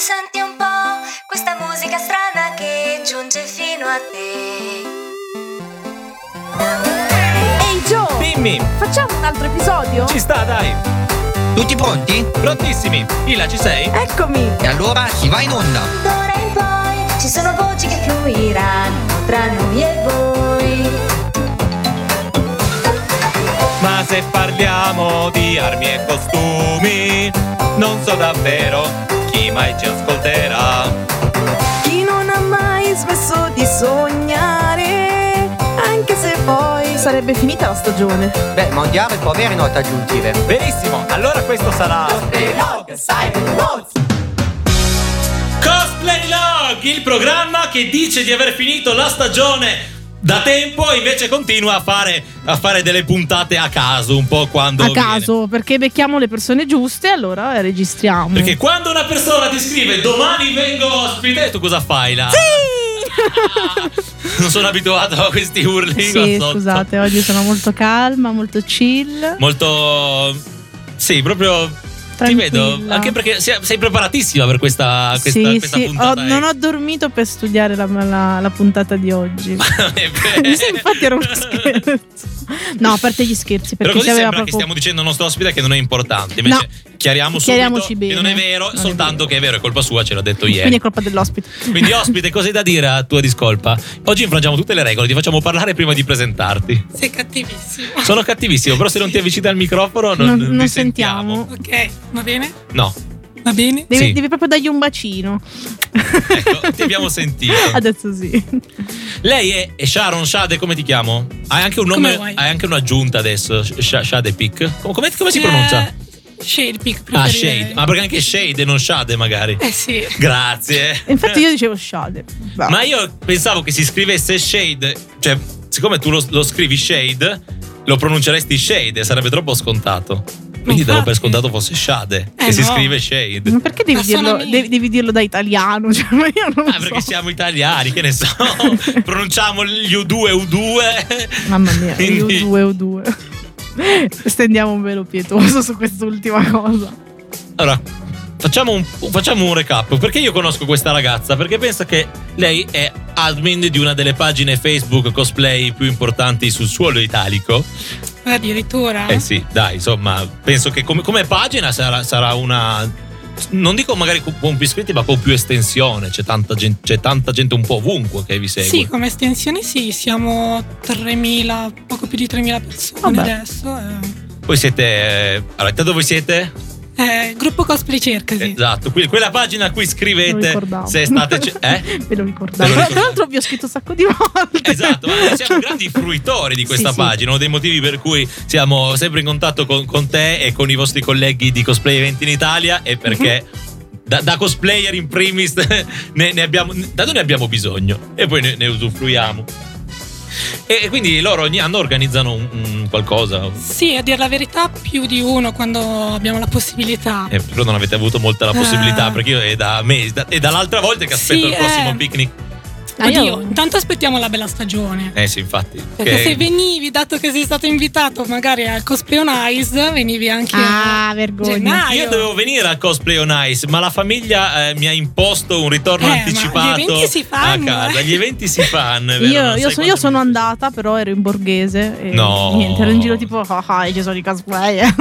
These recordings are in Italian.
senti un po' questa musica strana che giunge fino a te. Ehi Joe! Dimmi! Facciamo un altro episodio? Ci sta, dai! Tutti pronti? Prontissimi! Ila, ci sei? Eccomi! E allora si va in onda. D'ora in poi ci sono voci che fluiranno tra noi e voi. Ma se parliamo di armi e costumi, non so davvero chi mai ci ascolterà. Chi non ha mai smesso di sognare, anche se poi sarebbe finita la stagione. Beh, mondiale può avere note aggiuntive. Benissimo, allora questo sarà Cosplay Log, il programma che dice di aver finito la stagione da tempo e invece continua a fare delle puntate a caso, un po' quando A viene. caso, perché becchiamo le persone giuste e allora registriamo. Perché quando una persona ti scrive domani vengo ospite, tu cosa fai là? Non sono abituato a questi urli. Sì, qua sotto. scusate, oggi sono molto calma, molto chill. Molto. Sì, proprio. Ti Tranquilla. vedo, anche perché sei preparatissima per questa Sì, puntata. non ho dormito per studiare la puntata di oggi. Sì, infatti era uno scherzo. No, a parte gli scherzi, Però perché così si aveva sembra proprio... che stiamo dicendo al nostro ospite che non è importante. Invece chiariamoci chiariamoci subito che non è bene. vero, Non è soltanto vero. che è vero, è colpa sua, ce l'ha detto ieri. Quindi è colpa dell'ospite. Quindi ospite, cosa hai da dire a tua discolpa? Oggi infrangiamo tutte le regole, ti facciamo parlare prima di presentarti. Sei cattivissimo. Sono cattivissimo, però se non ti avvicini al microfono non Non ti sentiamo. Ok, va bene? No, Va bene? Sì. Devi proprio dargli un bacino. ecco, ti abbiamo sentito. Adesso sì. Lei è Sharon Shade, come ti chiamo? Hai anche un nome, Come vuoi. hai anche un'aggiunta adesso, Shade Pick. Come si pronuncia? Shade Pick. Ah, Shade. Ma perché anche Shade e non Shade magari. Sì. Grazie. Infatti io dicevo Shade. Ma io pensavo che si scrivesse Shade, cioè siccome tu lo scrivi Shade, lo pronunceresti Shade e sarebbe troppo scontato. Quindi davo per scontato fosse Shade, che si no. scrive Shade. Ma perché devi Ma sono dirlo, amici. devi dirlo da italiano? Cioè, ma io non lo Perché so. siamo italiani, che ne so. Pronunciamo gli U2. Mamma mia, Quindi- U2. Stendiamo un velo pietoso su quest'ultima cosa. Allora, facciamo un recap. Perché io conosco questa ragazza? Perché penso che lei è admin di una delle pagine Facebook cosplay più importanti sul suolo italico. Addirittura. Eh sì, dai, insomma, penso che come pagina sarà una. Non dico magari con più iscritti, ma con più estensione. C'è tanta gente un po' ovunque che vi segue. Sì, come estensione sì, siamo 3.000, poco più di 3.000 persone Vabbè. adesso. Voi siete. Allora, da dove siete? Gruppo Cosplay Cercasi. Esatto, quella pagina a cui Me lo scrivete ricordavo. se state. Me lo ricordavo. Te lo Tra l'altro vi ho scritto un sacco di volte. Esatto, ma noi siamo grandi fruitori di questa Sì, sì. pagina. Uno dei motivi per cui siamo sempre in contatto con te e con i vostri colleghi di Cosplay Eventi in Italia è perché da cosplayer in primis ne abbiamo bisogno e poi ne usufruiamo. E quindi loro ogni anno organizzano un qualcosa. Sì, a dire la verità più di uno quando abbiamo la possibilità. Però non avete avuto molta la possibilità perché io è da mesi e dall'altra volta che aspetto Sì, il prossimo picnic. Oddio, intanto aspettiamo la bella stagione. Sì, infatti. Perché se venivi, dato che sei stato invitato magari al Cosplay on Ice, venivi anche a vergogna. gennaio. Io dovevo venire al Cosplay on Ice, ma la famiglia mi ha imposto un ritorno Ma anticipato gli eventi si fanno, a casa. Gli eventi si fanno. è vero, non sai Io quanto sono mi- andata, però ero in borghese. E No. niente, ero in giro tipo, ci sono i cosplayer.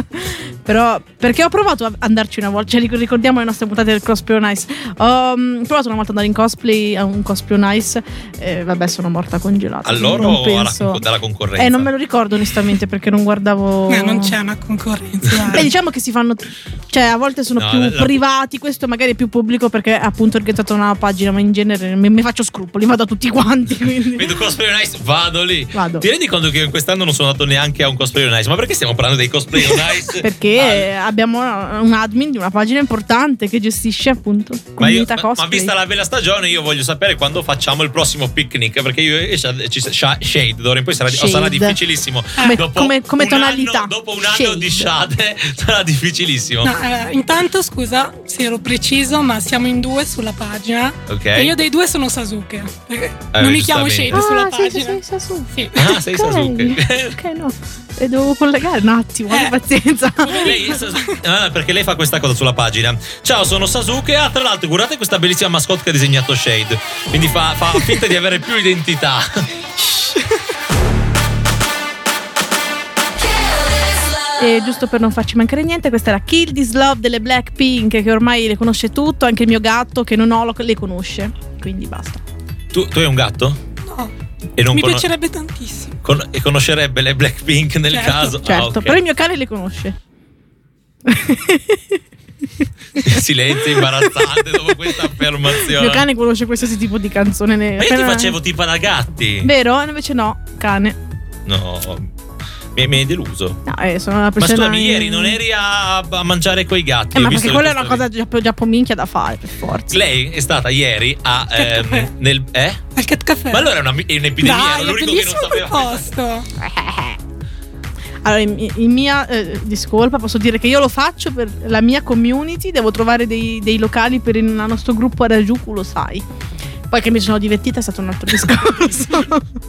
Però, perché ho provato ad andarci una volta, cioè ricordiamo le nostre puntate del Cosplay on Ice. Ho provato una volta ad andare in cosplay, a un Cosplay on Ice. Vabbè, sono morta congelata. Allora non o penso. dalla concorrenza? Non me lo ricordo onestamente perché non guardavo. Non c'è una concorrenza. Beh, diciamo che si fanno, cioè a volte sono No, più la- privati, questo magari è più pubblico perché appunto ho organizzato una pagina, ma in genere mi faccio scrupoli, vado a tutti quanti. Quindi. Vedo Cosplay on Ice, vado lì. Vado. Ti rendi conto che io quest'anno non sono andato neanche a un Cosplay on Ice? Ma perché stiamo parlando dei Cosplay on Ice? Perché abbiamo un admin di una pagina importante che gestisce appunto comunità ma cosplay. vista la bella stagione, io voglio sapere quando facciamo il prossimo picnic. Perché io e Shade d'ora in poi sarà Shade. difficilissimo. Come un tonalità. anno- dopo un anno Shade. di Shade sarà difficilissimo. No, intanto scusa se ero preciso, ma siamo in 2 sulla pagina. Ok. E io dei 2 sono Sasuke. Perché non mi chiamo giustamente. Shade sulla sei pagina. Sasuke. Sì. Ah, sei Ok. Sasuke. Ok, no. E devo collegare un attimo, pazienza. Perché lei fa questa cosa sulla pagina. Ciao, sono Sasuke. Tra l'altro, guardate questa bellissima mascotte che ha disegnato Shade. Quindi fa finta di avere più identità. E giusto per non farci mancare niente, questa era Kill This Love delle Blackpink, che ormai le conosce tutto, anche il mio gatto che non ho le conosce, quindi basta. Tu hai un gatto? No. E non Mi piacerebbe tantissimo. E conoscerebbe le Blackpink nel caso? Certo, okay. però il mio cane le conosce. Silenzio imbarazzante dopo questa affermazione. Il mio cane conosce qualsiasi tipo di canzone. Ma io ti facevo tipo da gatti. Vero? Invece no, cane. No, mi hai deluso. No, sono una persona. Ma scusami, ieri non eri a mangiare coi gatti? Ma perché quella è una cosa giappo minchia da fare, per forza. Lei è stata ieri a nel al Cat Café. Ma allora è un'epidemia. Dai, era l'unico è che non sapeva quel posto. Allora, in mia discolpa posso dire che io lo faccio per la mia community. Devo trovare dei locali per il nostro gruppo a Raju, lo sai. Poi che mi sono divertita è stato un altro discorso.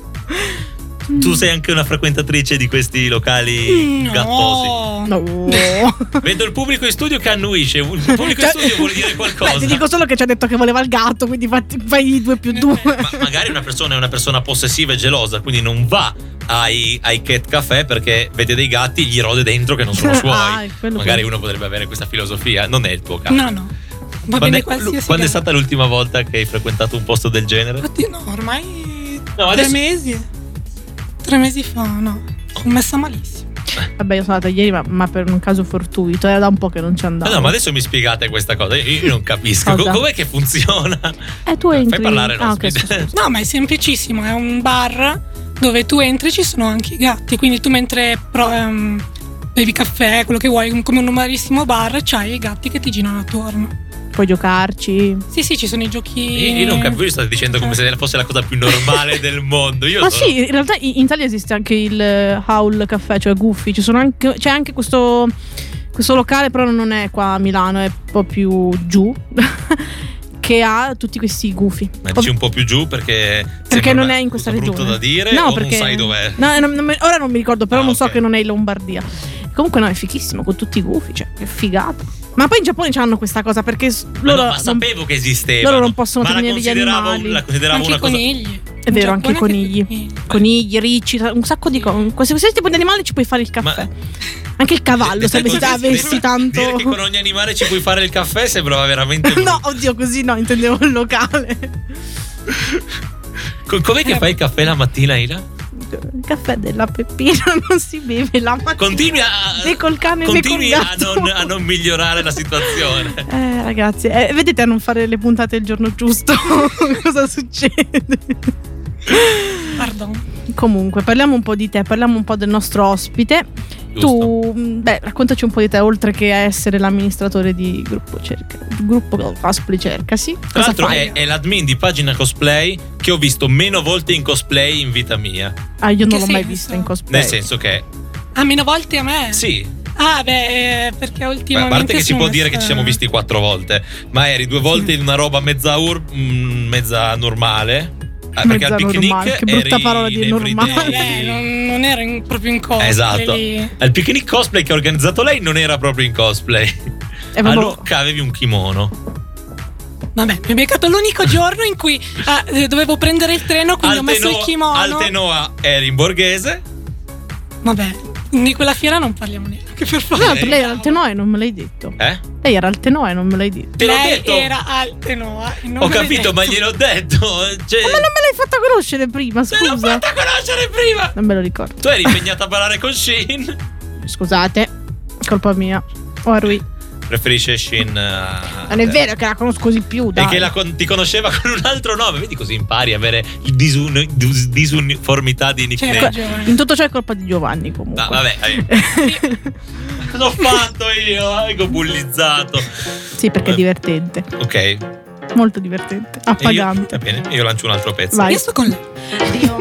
Tu sei anche una frequentatrice di questi locali gattosi. No. Vedo il pubblico in studio che annuisce. Il pubblico in studio vuole dire qualcosa. Beh, ti dico solo che ci ha detto che voleva il gatto, quindi fai 2+2. Ma magari una persona è una persona possessiva e gelosa, quindi non va ai Cat Café perché vede dei gatti e gli rode dentro che non sono suoi. Magari uno potrebbe avere questa filosofia. Non è il tuo caso. No. Va bene qualsiasi. Quando è stata l'ultima volta che hai frequentato un posto del genere? Oddio, no, ormai adesso... 3 mesi. 3 mesi fa, no. Sono messa malissimo. Vabbè, io sono andata ieri, ma per un caso fortuito. Era da un po' che non ci andavo. No, ma adesso mi spiegate questa cosa. Io non capisco. Com'è che funziona? Tu entri. Fai parlare l'ospite. No, ma è semplicissimo. È un bar dove tu entri, ci sono anche i gatti. Quindi tu mentre bevi caffè, quello che vuoi, come un normalissimo bar, c'hai i gatti che ti girano attorno. Puoi giocarci. Sì, ci sono i giochi. Io non capisco, voi state dicendo come se fosse la cosa più normale del mondo. Sì, in realtà in Italia esiste anche il Howl Caffè, cioè Goofy. C'è anche questo locale, però non è qua a Milano, è un po' più giù. Che ha tutti questi gufi. Ma dici un po' più giù perché non è in questa regione. Brutto da dire, no, o perché non sai dov'è? No, ora non mi ricordo, però non so okay. che non è in Lombardia. Comunque no, è fighissimo con tutti i gufi, cioè è figata. Ma poi in Giappone c'hanno questa cosa perché loro ma sapevo che esisteva. Loro non possono tenere gli animali. La consideravo anche una cosa. Conigli. È vero, anche i conigli. Conigli, ricci, un sacco di cose. Qualsiasi tipo di animale ci puoi fare il caffè. Anche il cavallo, se avessi tanto. Dire che con ogni animale ci puoi fare il caffè sembrava veramente. No, oddio, così no, intendevo il locale. Com'è che fai il caffè la mattina, Ila? Il caffè della Peppina non si beve la mattina. Continui a non migliorare la situazione. Ragazzi, vedete a non fare le puntate il giorno giusto. Cosa succede? Pardon. Comunque, parliamo un po' di te, parliamo un po' del nostro ospite. Giusto. Tu, raccontaci un po' di te, oltre che a essere l'amministratore di gruppo Cosplay Cerca, sì? Tra l'altro è l'admin di pagina cosplay che ho visto meno volte in cosplay in vita mia. Io non l'ho mai vista in cosplay. Nel senso che meno volte a me? Sì. Perché ultimamente a parte che si può dire che ci siamo visti 4 volte, ma eri 2 volte in una roba mezza normale. Perché al picnic che brutta parola di normale. Non ero proprio in cosplay. Esatto. Al picnic cosplay che ha organizzato lei non era proprio in cosplay. A Lucca avevi un kimono. Vabbè, mi è beccato l'unico giorno in cui dovevo prendere il treno, quindi ho messo il kimono. Al Tenoa eri in borghese. Vabbè, di quella fiera non parliamo neanche, per favore. No, lei era al Tenoa e non me l'hai detto. Lei era al Tenoa e non me l'hai detto. Lei era al Tenoa e non ho me l'hai capito, detto. ma gliel'ho detto. Ma non me l'hai fatta conoscere prima, scusa. Me l'ho fatta conoscere prima. Non me lo ricordo. Tu eri impegnata a parlare con Shin. Scusate, colpa mia. O a lui. Preferisce Shin. Non è vero che la conosco di più, dai. E che ti conosceva con un altro nome. Vedi, così impari a avere disuniformità di nickname. In tutto ciò è colpa di Giovanni, comunque. No, vabbè. L'ho fatto io, ho bullizzato. Sì, perché è divertente. Ok. Molto divertente. Appagante. Va bene, io lancio un altro pezzo. Vai. Io sto con lei.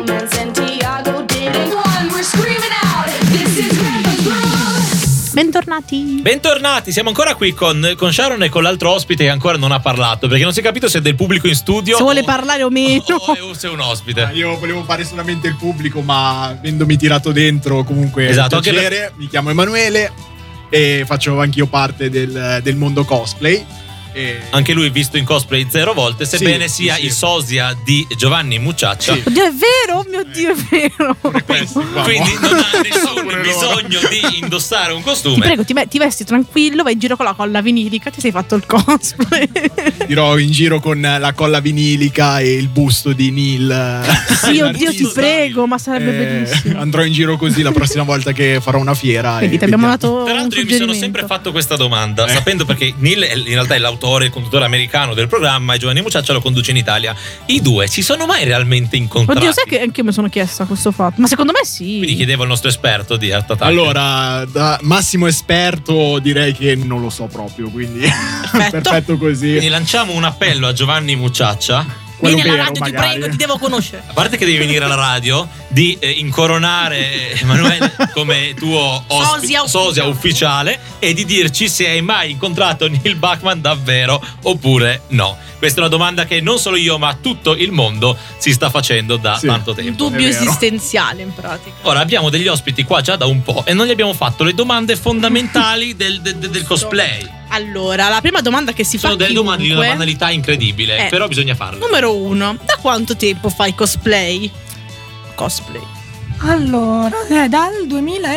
Bentornati Bentornati. Siamo ancora qui con Sharon e con l'altro ospite che ancora non ha parlato, perché non si è capito se è del pubblico in studio Se vuole parlare o meno. o se è un ospite. Io volevo fare solamente il pubblico, ma avendomi tirato dentro comunque Esatto, anche piacere. Mi chiamo Emanuele e faccio anch'io parte del mondo cosplay. E... Anche lui visto in cosplay 0 volte, sebbene Sì, sia sì. il sosia di Giovanni Mucciaccia. Sì. Oddio, è vero? Oh mio Dio, è vero. Quindi non ha nessun bisogno di indossare un Ti costume. prego, ti vesti tranquillo, vai in giro con la colla vinilica, ti sei fatto il cosplay. Dirò in giro con la colla vinilica e il busto di Neil. Sì, oddio, ti l'artista. prego, ma sarebbe bellissimo. Andrò in giro così la prossima volta che farò una fiera. Quindi e ti abbiamo vediamo. dato Tra un l'altro io mi sono suggerimento. sempre fatto questa domanda, sapendo perché Neil in realtà è l'autore e il conduttore americano del programma e Giovanni Mucciaccia lo conduce in Italia. I due si sono mai realmente incontrati? Oddio, sai che anche io mi sono chiesta questo fatto. Ma secondo me sì. Quindi chiedevo al nostro esperto di Art Attack. Allora, da massimo esperto direi che non lo so proprio, quindi perfetto così. Quindi lanciamo un appello a Giovanni Mucciaccia. Quello Vieni alla vero, radio, ti magari. prego, ti devo conoscere. A parte che devi venire alla radio, di incoronare Emanuele come tuo sosia ufficiale e di dirci se hai mai incontrato Neil Bachman davvero oppure no. Questa è una domanda che non solo io ma tutto il mondo si sta facendo da Sì. tanto Un tempo. dubbio È vero. esistenziale in pratica. Ora abbiamo degli ospiti qua già da un po' e non gli abbiamo fatto le domande fondamentali del cosplay. Allora, la prima domanda che si Sono fa delle domande di una chiunque- banalità incredibile, però bisogna farle. Numero 1. Da quanto tempo fai cosplay? Cosplay. Allora, dal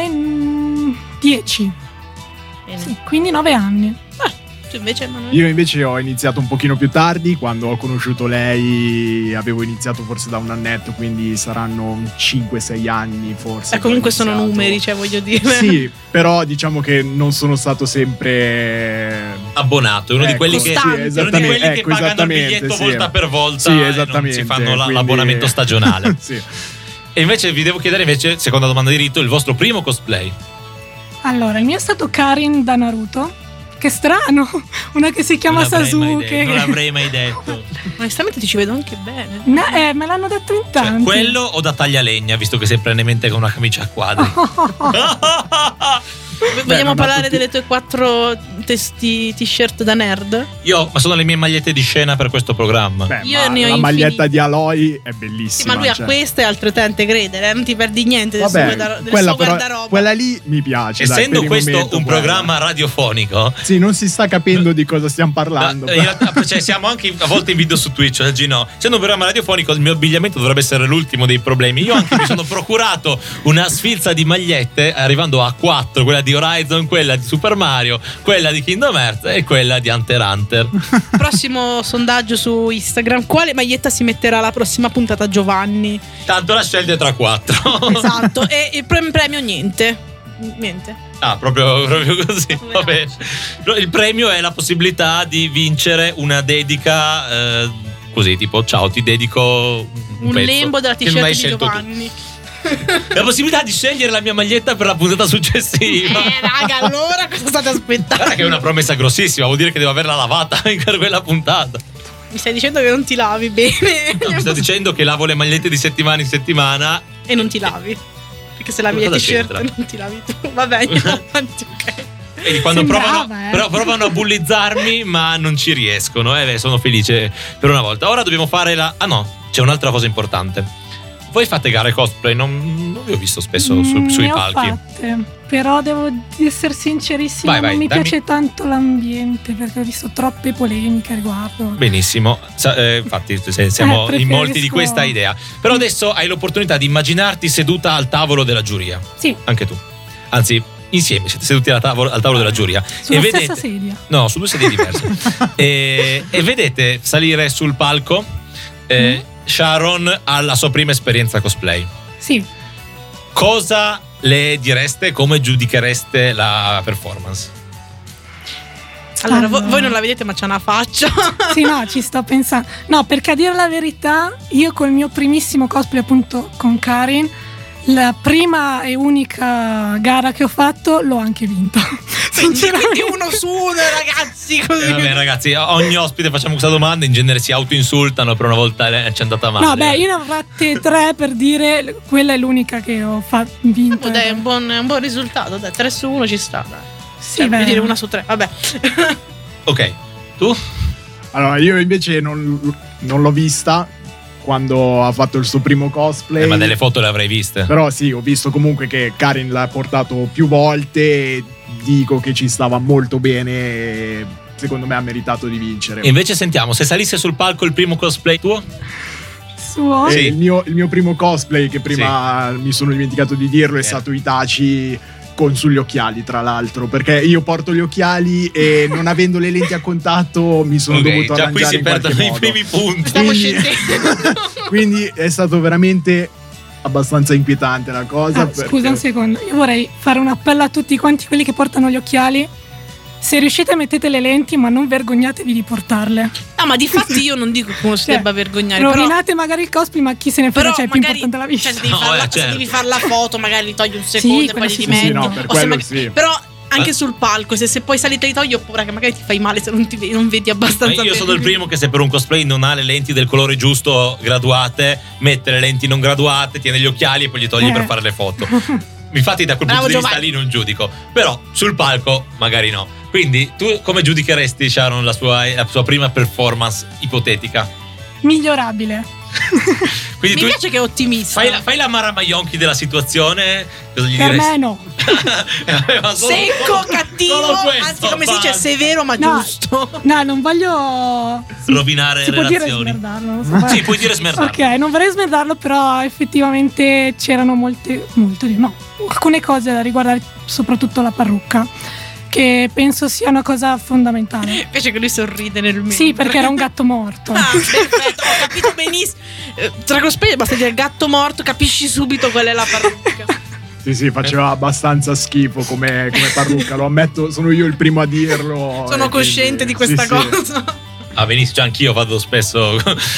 2010. Bene. Sì, quindi 9 anni. Tu invece, Emanuele? Io invece ho iniziato un pochino più tardi, quando ho conosciuto lei avevo iniziato forse da un annetto, quindi saranno 5-6 anni forse. Comunque che ho sono iniziato. numeri, cioè voglio dire. Sì, però diciamo che non sono stato sempre Abbonato, è uno di Ecco, quelli sì, che, Costante. è uno di esattamente, quelli che ecco, pagano il esattamente, biglietto sì. volta per volta Sì, e non esattamente, si fanno quindi- l'abbonamento stagionale. Sì. E invece vi devo chiedere invece, seconda domanda di rito, il vostro primo cosplay. Allora, il mio è stato Karin da Naruto. Che strano, una che si chiama Non l'avrei mai Sasuke. detto, non l'avrei mai detto. Onestamente ti ci vedo anche bene. No, me l'hanno detto in Cioè, tanti. quello o da taglialegna, visto che sei perennemente con una camicia a quadri. Vogliamo non parlare tutti- delle tue 4 t-shirt da nerd? Ma sono le mie magliette di scena per questo programma. Beh, Io ma ne ho la maglietta infinite. di Aloy è Sì, bellissima. ma lui ha cioè. queste e altre tante, credere, non ti perdi niente del Vabbè, suo quella, però, guardaroba. quella lì mi piace. dai, Essendo per il questo momento, un quella. programma radiofonico, Sì, non si sta capendo di cosa stiamo parlando. in realtà, cioè, siamo anche a volte in video su Twitch, oggi no. Essendo un programma radiofonico, il mio abbigliamento dovrebbe essere l'ultimo dei problemi. Io anche mi sono procurato una sfilza di magliette, arrivando a 4: quella di Horizon, quella di Super Mario, quella di Kingdom Hearts e quella di Hunter x Hunter. Prossimo sondaggio su Instagram: quale maglietta si metterà alla prossima puntata Giovanni? Tanto la scelta è tra 4. Esatto. E il premio niente. Niente. Ah, proprio così. Va bene. Il premio è la possibilità di vincere una dedica così, tipo ciao, ti dedico Un pezzo lembo della che non hai t-shirt di scelto tu. Giovanni. La possibilità di scegliere la mia maglietta per la puntata successiva. Raga, allora cosa state aspettando? Guarda che è una promessa grossissima, vuol dire che devo averla lavata in quella puntata. Mi stai dicendo che non ti lavi bene No, mi sto dicendo che lavo le magliette di settimana in settimana. e non ti lavi. Perché se lavi le Cosa t-shirt c'entra? non ti lavi tu. Vabbè, andiamo avanti, ok. E quando Sembrava, provano a bullizzarmi, ma non ci riescono. Sono felice per una volta. Ora dobbiamo fare la. Ah no, c'è un'altra cosa importante. Voi fate gare cosplay? Non vi ho visto spesso sui Ne ho palchi. fatte, però devo essere sincerissima, Vai, non mi dammi- piace tanto l'ambiente perché ho visto troppe polemiche a riguardo. Benissimo, infatti siamo in Preferisco- molti di questa idea. Però adesso hai l'opportunità di immaginarti seduta al tavolo della giuria. Sì, Anche tu. Anzi, insieme siete seduti al tavolo della giuria. sulla e stessa vedete, sedia. No, su due sedie diverse. e vedete salire sul palco Sharon alla sua prima esperienza cosplay. Sì, Cosa le direste? Come giudichereste la performance? Allora, Allora. voi non la vedete, ma c'ha una faccia. sì, no, ci sto pensando. No, perché a dire la verità, io col mio primissimo cosplay appunto con Karin, la prima e unica gara che ho fatto l'ho anche vinta. Quindi Sinceramente. uno su uno, ragazzi, così. Vabbè, ragazzi, ogni ospite facciamo questa domanda. In genere si autoinsultano. Per una volta ci è andata male. No, beh, io ne ho fatte 3 per dire, quella è l'unica che ho vinto. Dai, è un buon risultato, dai, 3 su 1 ci sta, dai. Sì, Voglio beh. dire 1 su 3, vabbè. Ok, tu? Allora, io invece non l'ho vista quando ha fatto il suo primo cosplay. Ma delle foto le avrei viste. Però sì, ho visto comunque che Karin l'ha portato più volte e dico che ci stava molto bene e secondo me ha meritato di vincere. E invece sentiamo, se salisse sul palco il primo cosplay tuo? Suo? E Sì. il mio primo cosplay, che prima mi sono dimenticato di dirlo, è stato Itachi con sugli occhiali, tra l'altro, perché io porto gli occhiali e non avendo le lenti a contatto mi sono Ok, dovuto già qui arrangiare si in qualche perdono i modo. primi punti. Stiamo Quindi- scendendo. Quindi è stato veramente abbastanza inquietante la cosa. perché- Scusa un secondo, io vorrei fare un appello a tutti quanti quelli che portano gli occhiali. Se riuscite mettete le lenti, ma non vergognatevi di portarle. No, ma di fatti io non dico che uno si Cioè, debba vergognare. Però, rovinate magari il cosplay, ma chi se ne frega, però cioè è più magari importante la vita. cioè, se devi No, fare la, certo. se devi fare la foto, magari togli un secondo e quello poi sì, li sì, rimetti. sì, no, per O se quello sì. Però anche Ma- sul palco, se poi sali te li togli, ho paura che magari ti fai male se non vedi abbastanza. Io sono il bene. primo che se per un cosplay non ha le lenti del colore giusto graduate, mette le lenti non graduate, tiene gli occhiali e poi gli togli per fare le foto. Infatti da quel Bravo, punto di vista Giovanni. lì non giudico. Però sul palco magari no. Quindi tu come giudicheresti Sharon la sua prima performance ipotetica? Migliorabile. Quindi Mi piace che è ottimista. fai la Mara Maionchi della situazione. Cosa gli Per diresti? me no. Aveva solo- Secco, solo- cattivo, solo questo, anzi come si dice, basta. severo ma No. giusto. No, non voglio Rovinare si può dire relazioni. smerdarlo, non so fare. Sì, puoi dire smerdarlo. Ok, non vorrei smerdarlo, però effettivamente c'erano alcune cose da riguardare, soprattutto la parrucca, che penso sia una cosa fondamentale. Invece che lui sorride nel mentre. Sì, perché era un gatto morto. Ah, perfetto, ho capito benissimo. Tra cosplay basta dire gatto morto, capisci subito qual è la parrucca. Sì, faceva abbastanza schifo come parrucca, lo ammetto, sono io il primo a dirlo. Sono e cosciente di quindi- questa sì, sì. cosa. Ah, benissimo, cioè anch'io vado spesso.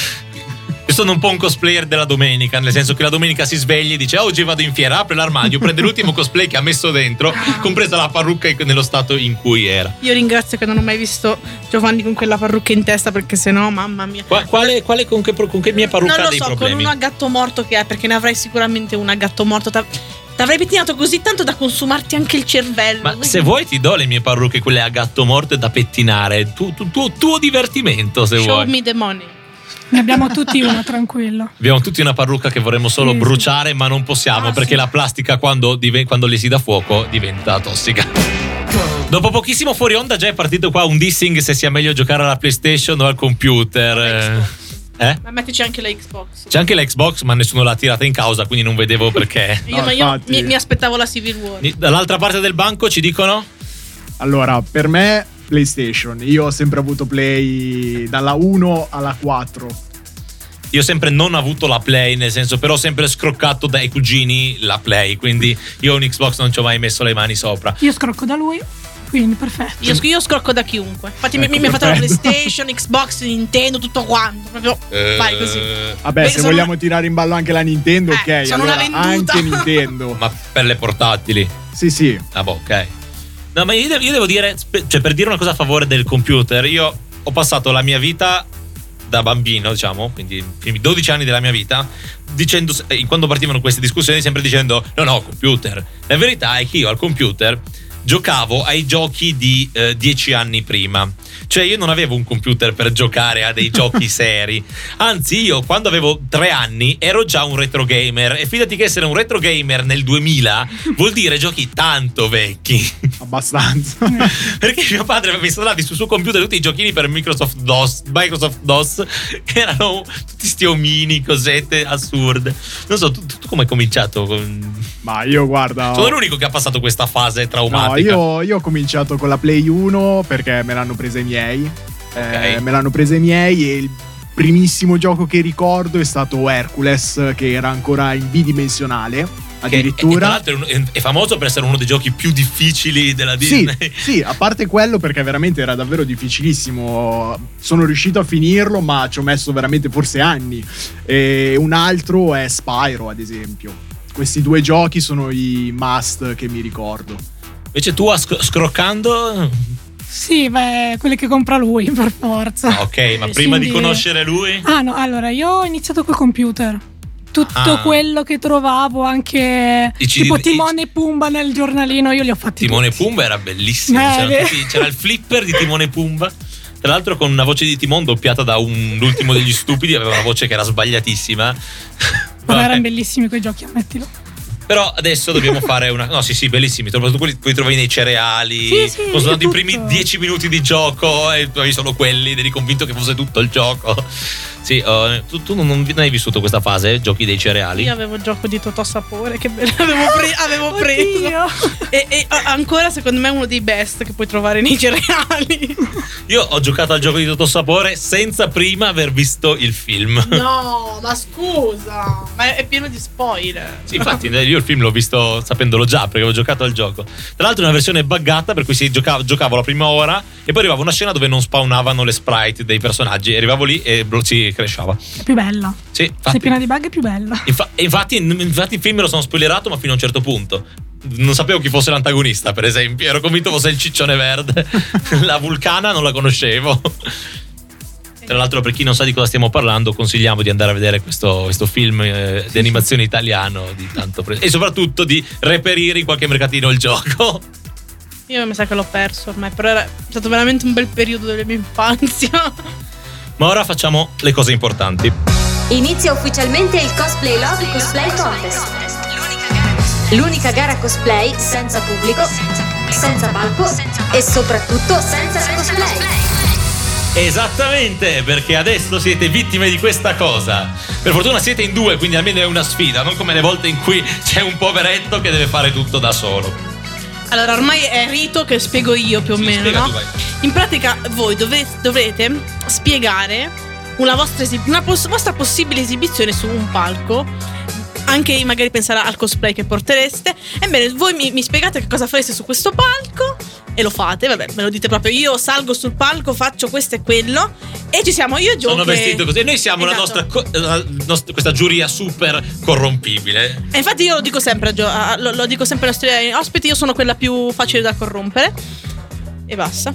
Io sono un po' un cosplayer della domenica, nel senso che la domenica si sveglia e dice oggi vado in fiera, apre l'armadio, prende l'ultimo cosplay che ha messo dentro, compresa la parrucca nello stato in cui era. Io ringrazio che non ho mai visto Giovanni con quella parrucca in testa, perché sennò, mamma mia. Quale con che mia parrucca Non ha lo dei so, problemi? con uno a gatto morto che è, perché ne avrai sicuramente una a gatto morto. T'avrei pettinato così tanto da consumarti anche il cervello. Ma se vuoi ti do le mie parrucche, quelle a gatto morto e da pettinare. Tuo divertimento, se Show vuoi. me the money. Ne abbiamo tutti una, tranquillo. Abbiamo tutti una parrucca che vorremmo solo Sì, sì. bruciare, ma non possiamo Ah, perché sì. la plastica quando le si dà fuoco diventa tossica. Dopo pochissimo fuori onda già è partito qua un dissing se sia meglio giocare alla PlayStation o al computer. Ma mettici anche la Xbox. C'è anche l'Xbox, ma nessuno l'ha tirata in causa, quindi non vedevo perché. Io, No, ma io infatti. mi aspettavo la Civil War. Dall'altra parte del banco ci dicono? Allora, per me PlayStation, io ho sempre avuto Play dalla 1 alla 4. Io ho sempre non avuto la Play, nel senso, però ho sempre scroccato dai cugini la Play, quindi io un Xbox non ci ho mai messo le mani sopra. Io scrocco da lui, quindi perfetto. Io scrocco da chiunque. Infatti, Ecco, mi ha fatto la perfetto. PlayStation, Xbox, Nintendo, tutto quanto. Proprio vai così. Vabbè, Beh, se sono vogliamo tirare in ballo anche la Nintendo, ok, sono una allora venduta. anche Nintendo. Ma per le portatili. Sì. Ah, boh, ok. No, ma io devo dire, cioè, per dire una cosa a favore del computer, io ho passato la mia vita da bambino, diciamo, quindi i primi 12 anni della mia vita, dicendo, quando partivano queste discussioni, sempre dicendo no, computer. La verità è che io al computer giocavo ai giochi di 10 anni prima. Cioè io non avevo un computer per giocare a dei giochi seri. Anzi, io quando avevo 3 anni ero già un retro gamer. E fidati che essere un retro gamer nel 2000 vuol dire giochi tanto vecchi. Abbastanza. Perché mio padre aveva installato sul suo computer tutti i giochini per Microsoft DOS, che erano tutti sti omini, cosette assurde. Non so, tu come hai cominciato? Ma io guarda. Sono l'unico che ha passato questa fase No, traumatica. io ho cominciato con la Play 1 perché me l'hanno presa i miei. Ok. Me l'hanno presa i miei e il primissimo gioco che ricordo è stato Hercules, che era ancora in bidimensionale. E Addirittura. tra l'altro è famoso per essere uno dei giochi più difficili della Disney. Sì, a parte quello perché veramente era davvero difficilissimo. Sono riuscito a finirlo, ma ci ho messo veramente forse anni. E un altro è Spyro, ad esempio. Questi due giochi sono i must che mi ricordo. Invece tu scroccando. Sì, beh, quelle che compra lui, per forza. Ok, ma prima di Quindi- conoscere lui. Ah no, allora io ho iniziato col computer. tutto quello che trovavo, anche tipo Timone e Pumba nel giornalino, io li ho fatti Timone e tutti. Pumba era bellissimo, c'era il flipper di Timone e Pumba, tra l'altro con una voce di Timon doppiata da l'ultimo degli stupidi, aveva una voce che era sbagliatissima. Ma erano bellissimi quei giochi, ammettilo. Però adesso dobbiamo fare una... No, sì, bellissimi. Soprattutto quelli che trovavi nei cereali. Sì, sono stati i tutto. primi 10 minuti di gioco e trovavi solo quelli ed eri convinto che fosse tutto il gioco. Sì, tu non hai vissuto questa fase, giochi dei cereali? Io avevo il gioco di Totò Sapore che avevo preso. E ancora secondo me è uno dei best che puoi trovare nei cereali. Io ho giocato al gioco di Totò Sapore senza prima aver visto il film. No, ma scusa, ma è pieno di spoiler. Sì, infatti io il film l'ho visto sapendolo già perché avevo giocato al gioco. Tra l'altro è una versione buggata per cui giocavo la prima ora e poi arrivava una scena dove non spawnavano le sprite dei personaggi. Arrivavo lì e si crashava. È più bella. Sì, infatti, sei piena di bug, è più bella. Infatti il film me lo sono spoilerato, ma fino a un certo punto. Non sapevo chi fosse l'antagonista, per esempio. Ero convinto fosse il ciccione verde. La Vulcana non la conoscevo. Tra l'altro, per chi non sa di cosa stiamo parlando, consigliamo di andare a vedere questo film di animazione italiano e soprattutto di reperire in qualche mercatino il gioco. Io mi sa che l'ho perso ormai, però è stato veramente un bel periodo della mia infanzia. Ma ora facciamo le cose importanti. Inizia ufficialmente il Cosplay Love Cosplay Contest. L'unica gara cosplay senza pubblico, senza palco e soprattutto senza cosplay. Esattamente, perché adesso siete vittime di questa cosa. Per fortuna siete in due, quindi almeno è una sfida, non come le volte in cui c'è un poveretto che deve fare tutto da solo. Allora, ormai è rito che spiego io più o meno, spiega no? tu, vai. In pratica voi dovrete spiegare una vostra possibile esibizione su un palco, anche magari pensare al cosplay che portereste. Ebbene, voi mi spiegate che cosa fareste su questo palco e lo fate, vabbè, me lo dite proprio. Io salgo sul palco, faccio questo e quello e ci siamo io e Gio. Sono vestito così e noi siamo Esatto. la nostra questa giuria super corrompibile. E infatti io lo dico sempre a Gio, lo dico sempre ai nostri ospiti, io sono quella più facile da corrompere. E basta.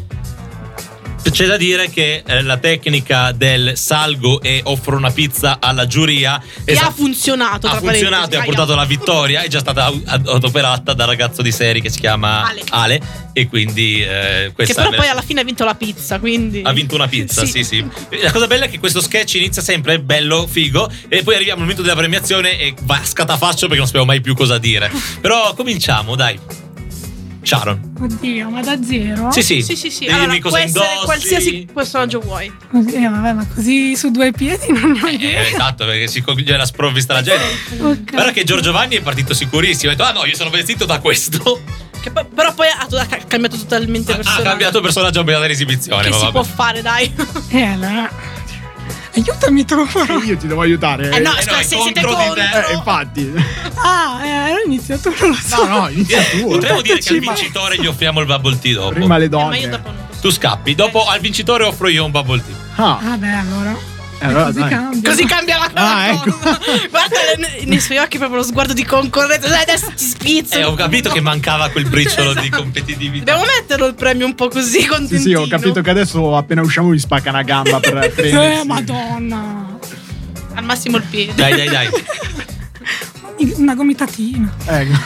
C'è da dire che la tecnica del salgo e offro una pizza alla giuria Ha funzionato, tra ha funzionato parentesi. e ha portato alla vittoria. È già stata adoperata dal ragazzo di serie che si chiama Ale e quindi questa che però poi alla fine ha vinto la pizza, quindi ha vinto una pizza, sì. La cosa bella è che questo sketch inizia sempre bello, figo, e poi arriviamo al momento della premiazione e va a scatafascio perché non sappiamo mai più cosa dire. Però cominciamo, dai. Sharon. Oddio, ma da zero? Sì. Devi Allora, dirmi cosa indossi. Qualsiasi personaggio vuoi. Vabbè, ma così su due piedi non ho idea. Esatto, perché si gliela sprovvista la gente. Okay. Guarda che Giorgio Vanni è partito sicurissimo. Ha detto, no, io sono vestito da questo. Però poi ha cambiato totalmente personaggio. Ha cambiato personaggio a dell'esibizione. Che ma si vabbè. può fare, dai. Allora, aiutami tu. Io ti devo aiutare. No, no, scusa, è se siete contro di contro. te. Infatti. Allora inizia tu, non lo so. No, inizia tu. Potremmo dire che al ma- vincitore gli offriamo il bubble tea dopo. Prima le Ma io donne. dopo non posso. Tu scappi, dopo al vincitore offro io un bubble tea. Ah, Vabbè, allora. allora Così dai. cambia. Così cambia la cosa. Ah, ecco. Guarda nei suoi occhi proprio lo sguardo di concorrenza. Dai, adesso ti spizzo. Ho capito che mancava quel briciolo di competitività. Dobbiamo metterlo il premio un po' così Sì, contentino. ho capito che adesso appena usciamo mi spacca una gamba per prendersi. Madonna. Al massimo il piede. Dai. Una gomitatina. Ecco.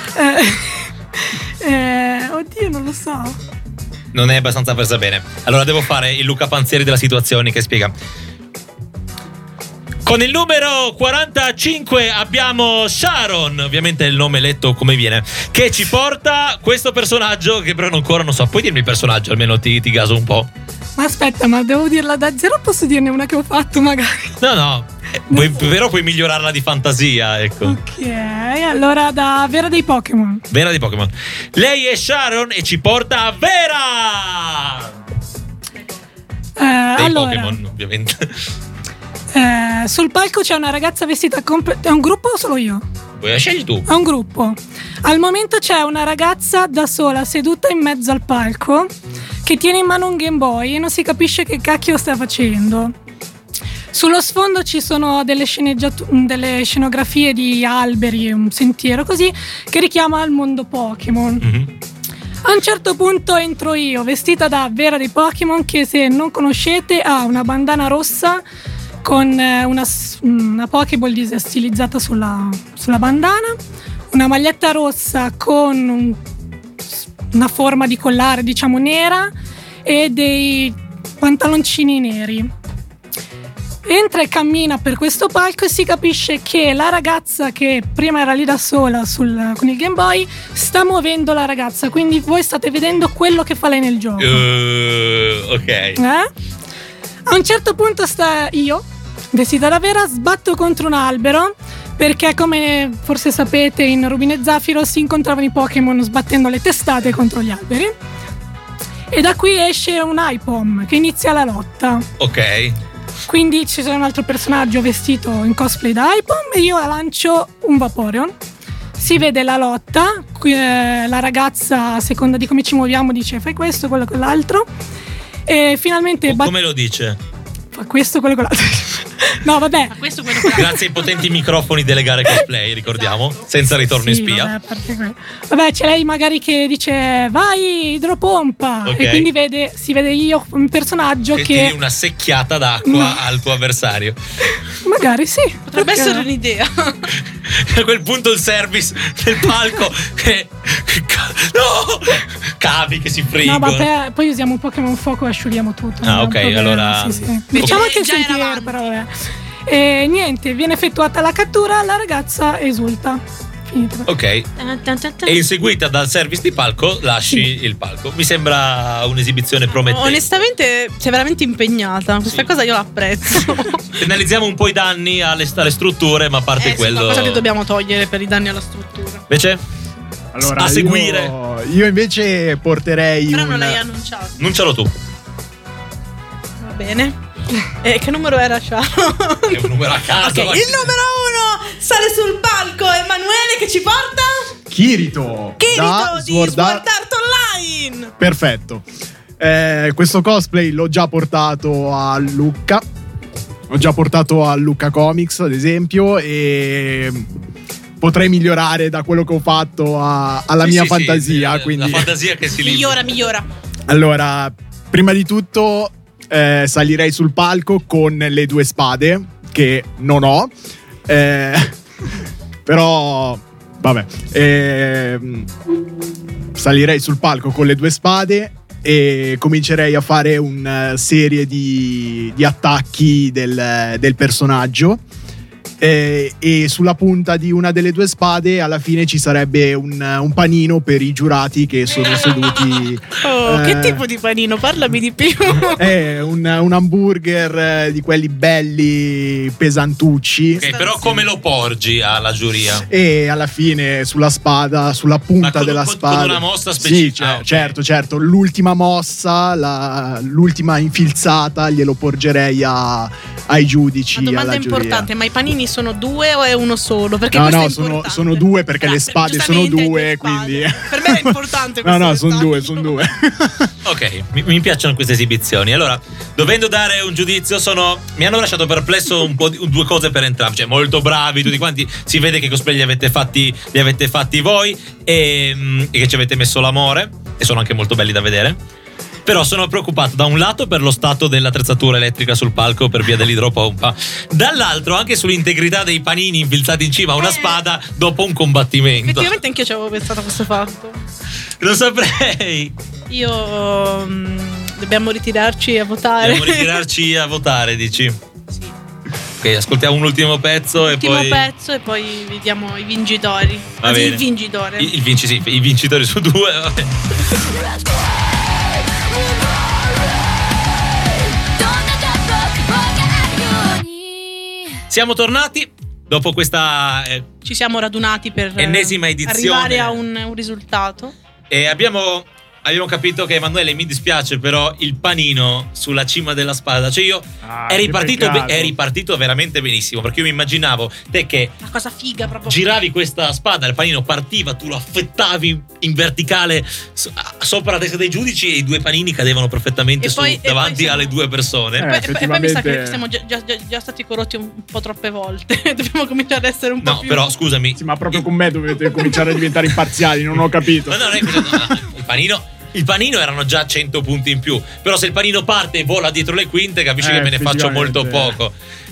Oddio, non lo so. Non è abbastanza presa bene. Allora devo fare il Luca Panzieri della situazione che spiega. Con il numero 45 abbiamo Sharon, ovviamente il nome letto come viene, che ci porta questo personaggio che però ancora non so. Puoi dirmi il personaggio, almeno ti gaso un po'. Ma aspetta, ma devo dirla da zero o posso dirne una che ho fatto magari? No, però puoi migliorarla di fantasia, ecco. Ok, allora da Vera dei Pokémon. Vera di Pokémon. Lei è Sharon e ci porta a Vera! Dei Allora, Pokémon, ovviamente. sul palco c'è una ragazza vestita è un gruppo o solo io? Poi scegli tu. È un gruppo. Al momento c'è una ragazza da sola seduta in mezzo al palco che tiene in mano un Game Boy e non si capisce che cacchio sta facendo. Sullo sfondo ci sono delle scenografie di alberi e un sentiero così che richiama al mondo Pokémon. Mm-hmm. A un certo punto entro io vestita da Vera dei Pokémon che, se non conoscete, ha una bandana rossa con una Pokéball stilizzata sulla bandana, una maglietta rossa con una forma di collare, diciamo, nera, e dei pantaloncini neri. Entra e cammina per questo palco e si capisce che la ragazza che prima era lì da sola con il Game Boy sta muovendo la ragazza, quindi voi state vedendo quello che fa lei nel gioco. Ok. A un certo punto sta io, vestita da vera, sbatto contro un albero, perché come forse sapete in Rubino e Zafiro si incontravano i Pokémon sbattendo le testate contro gli alberi, e da qui esce un Aipom che inizia la lotta. Ok. Quindi c'è un altro personaggio vestito in cosplay da Aipom e io lancio un Vaporeon. Si vede la lotta, la ragazza, a seconda di come ci muoviamo, dice fai questo, quello, quell'altro, e finalmente come lo dice? Fa questo, quello, quell'altro. No, vabbè. Grazie ai potenti microfoni delle gare cosplay, ricordiamo, senza ritorno in spia. Vabbè, c'è lei magari che dice vai idropompa, okay. E quindi si vede io un personaggio che tiri una secchiata d'acqua al tuo avversario. Magari sì, potrebbe essere un'idea. A quel punto il service del palco no! Cavi che si friggono. No, ma poi usiamo un Pokémon fuoco e asciughiamo tutto. Ah, ok, allora sì. Diciamo che sentiero, però vabbè. E niente, viene effettuata la cattura, la ragazza esulta. Finita. Ok. E inseguita dal service di palco lasci il palco. Mi sembra un'esibizione promettente. Onestamente sei veramente impegnata. Questa cosa io l'apprezzo. Penalizziamo un po' i danni alle strutture, ma a parte quello. Cosa che dobbiamo togliere per i danni alla struttura? Invece? Allora, a seguire. Io invece porterei. Però non l'hai annunciato. Annuncialo tu. Va bene. Che numero era, Ciao? È un numero a caso. Okay, il numero 1 sale sul palco. Emanuele che ci porta? Kirito di Sword Art Online. Perfetto. Questo cosplay l'ho già portato a Lucca. L'ho già portato a Lucca Comics, ad esempio, e potrei migliorare da quello che ho fatto alla mia fantasia. Quindi la fantasia che si migliora. Allora, prima di tutto salirei sul palco con le 2 spade che non ho, però vabbè, salirei sul palco con le 2 spade e comincerei a fare una serie di attacchi del personaggio, e sulla punta di una delle 2 spade alla fine ci sarebbe un panino per i giurati che sono seduti. Che tipo di panino? Parlami di più. Un hamburger di quelli belli pesantucci. Okay, però come lo porgi alla giuria? E alla fine sulla spada, sulla punta della spada, con una mossa specifica. Sì, certo. L'ultima mossa, l'ultima infilzata glielo porgerei ai giudici. Una domanda alla importante: giuria. ma i panini sono 2 o è uno solo? Perché no, sono 2 perché le spade sono 2, quindi per me è importante. No, sono 2. Ok, mi piacciono queste esibizioni. Allora, dovendo dare un giudizio, mi hanno lasciato perplesso un po' 2 cose per entrambi. Cioè, molto bravi tutti quanti. Si vede che cosplay li avete fatti voi e che ci avete messo l'amore, e sono anche molto belli da vedere. Però sono preoccupato da un lato per lo stato dell'attrezzatura elettrica sul palco per via dell'idropompa, dall'altro anche sull'integrità dei panini infilzati in cima a una spada dopo un combattimento. Effettivamente anch'io ci avevo pensato a questo fatto. Non saprei. Dobbiamo ritirarci a votare. Dici? Sì. Ok, ascoltiamo un ultimo pezzo e poi vediamo i vincitori. Anzi, il vincitore. I vincitori su 2. Vabbè. Siamo tornati dopo questa ci siamo radunati per ennesima edizione, arrivare a un risultato, e abbiamo capito che, Emanuele, mi dispiace, però il panino sulla cima della spada, cioè io è ripartito veramente benissimo, perché io mi immaginavo te che una cosa figa proprio, giravi questa spada, il panino partiva, tu lo affettavi in verticale sopra la testa dei giudici e i 2 panini cadevano perfettamente davanti alle 2 persone. E poi mi sa che siamo già stati corrotti un po' troppe volte. Dobbiamo cominciare ad essere un po' più. No, però scusami. Sì, ma proprio con me dovete cominciare a diventare imparziali, non ho capito. Ma no, il panino erano già 100 punti in più. Però se il panino parte e vola dietro le quinte, capisci che me ne faccio molto poco.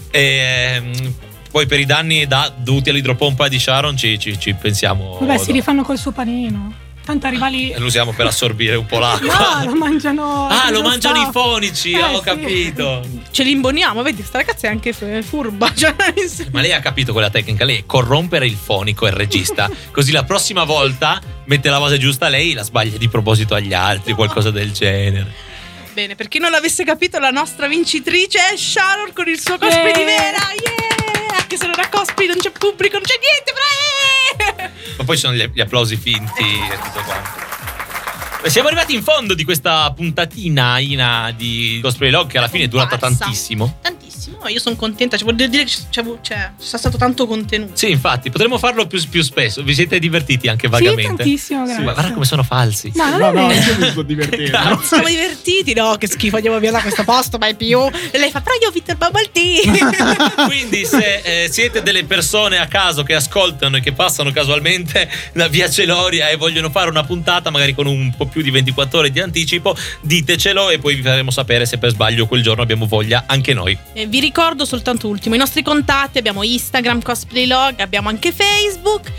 Poi per i danni dovuti all'idropompa di Sharon ci pensiamo. Vabbè, si rifanno col suo panino. Tanto arriva lì. Lo usiamo per assorbire un po' l'acqua. No, lo mangiano. Lo mangiano i fonici, ho sì. capito. Ce li imboniamo, vedi, sta ragazza è anche furba. Cioè, Ma lei ha capito quella tecnica, lei è corrompere il fonico e il regista. Così la prossima volta mette la base giusta lei, la sbaglia di proposito agli altri, qualcosa del genere. Bene, per chi non l'avesse capito, la nostra vincitrice è Sharon con il suo cosplay di Vera. Yeah! Anche se non ha cosplay, non c'è pubblico, non c'è niente, però Ma poi ci sono gli applausi finti e tutto quanto. Siamo arrivati in fondo di questa puntatina di Cosplay Log, che alla fine è durata tantissimo. Tantissimo, io sono contenta, vuol dire che c'è stato tanto contenuto. Sì, infatti, potremmo farlo più spesso. Vi siete divertiti anche vagamente? Sì, tantissimo, grazie. Guarda come sono falsi. No, non No, è no, vero. io mi sto divertendo. Non siamo divertiti, no, che schifo, andiamo via da questo posto, mai più. E lei fa, però io ho vinto il bubble tea. Quindi se siete delle persone a caso che ascoltano e che passano casualmente da via Celoria e vogliono fare una puntata magari con un po' più di 24 ore di anticipo, ditecelo e poi vi faremo sapere se per sbaglio quel giorno abbiamo voglia anche noi. Vi ricordo soltanto ultimo i nostri contatti: abbiamo Instagram Cosplay Log, abbiamo anche Facebook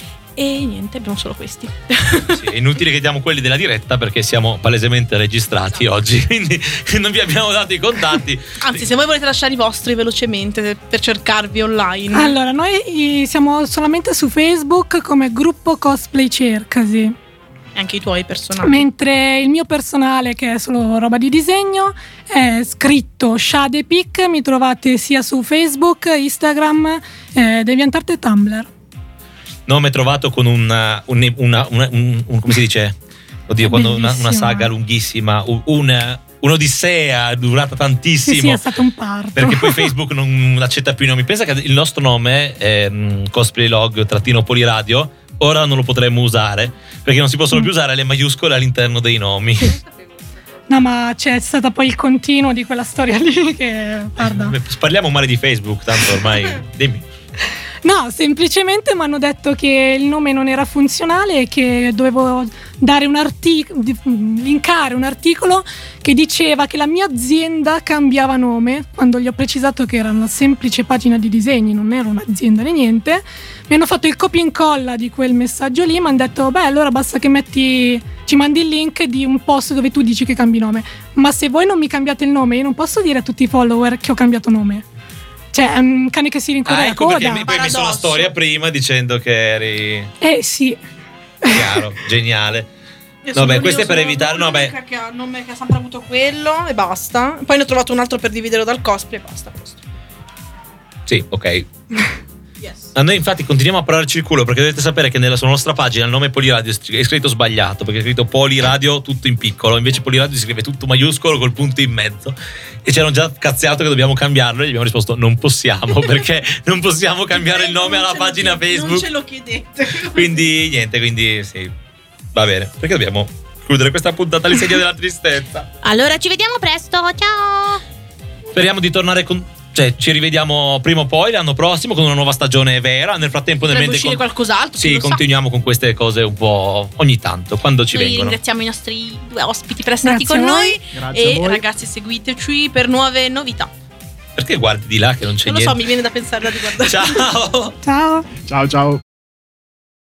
e niente, abbiamo solo questi. Sì, è inutile che diamo quelli della diretta perché siamo palesemente registrati oggi, quindi non vi abbiamo dato i contatti. Anzi, se voi volete lasciare i vostri velocemente per cercarvi online. Allora, noi siamo solamente su Facebook come gruppo Cosplay Cercasi. Anche i tuoi personali. Mentre il mio personale, che è solo roba di disegno, è scritto Shadepic. Mi trovate sia su Facebook, Instagram, DeviantArt e Tumblr. Nome trovato con un come si dice? Oddio, quando una saga lunghissima, un'odissea durata tantissimo. Sì, è stato un parto. Perché poi Facebook non accetta più i nomi. Pensa che il nostro nome è Cosplay Log _Poliradio. Ora non lo potremmo usare perché non si possono più usare le maiuscole all'interno dei nomi. No, ma c'è stato poi il continuo di quella storia lì che, guarda. Parliamo male di Facebook, tanto ormai. Dimmi. No, semplicemente mi hanno detto che il nome non era funzionale e che dovevo dare linkare un articolo che diceva che la mia azienda cambiava nome, quando gli ho precisato che era una semplice pagina di disegni, non era un'azienda né niente. Mi hanno fatto il copia e incolla di quel messaggio lì, mi hanno detto beh, allora basta che ci mandi il link di un post dove tu dici che cambi nome. Ma se voi non mi cambiate il nome, io non posso dire a tutti i follower che ho cambiato nome. Cioè, è un cane che si rincorre la ecco coda. perché poi hai messo una storia prima dicendo che eri... Sì. Chiaro, geniale. Vabbè, questo è per evitare... No, beh. Che ha un nome che ha sempre avuto quello e basta. Poi ne ho trovato un altro per dividerlo dal cosplay e basta. Sì, ok. Yes. A noi infatti continuiamo a pararci il culo perché dovete sapere che sulla nostra pagina il nome Poliradio è scritto sbagliato, perché è scritto Poliradio tutto in piccolo, invece Poliradio si scrive tutto maiuscolo col punto in mezzo, e ci hanno già cazziato che dobbiamo cambiarlo e gli abbiamo risposto non possiamo perché non possiamo cambiare il nome alla pagina Facebook. Non ce lo chiedete. Quindi niente, quindi sì, va bene, perché dobbiamo chiudere questa puntata all'insegna della tristezza. Allora ci vediamo presto, ciao! Speriamo di tornare ci rivediamo prima o poi l'anno prossimo con una nuova stagione vera. Nel frattempo Potrebbe uscire qualcos'altro. Sì, continuiamo con queste cose un po' ogni tanto quando ci Noi vengono. ringraziamo i nostri due ospiti per essere stati Grazie con a noi. Grazie a E voi. ragazzi, seguiteci per nuove novità. Perché guardi di là che non c'è Non lo niente? so, mi viene da pensare da riguardare. Ciao. Ciao. Ciao ciao.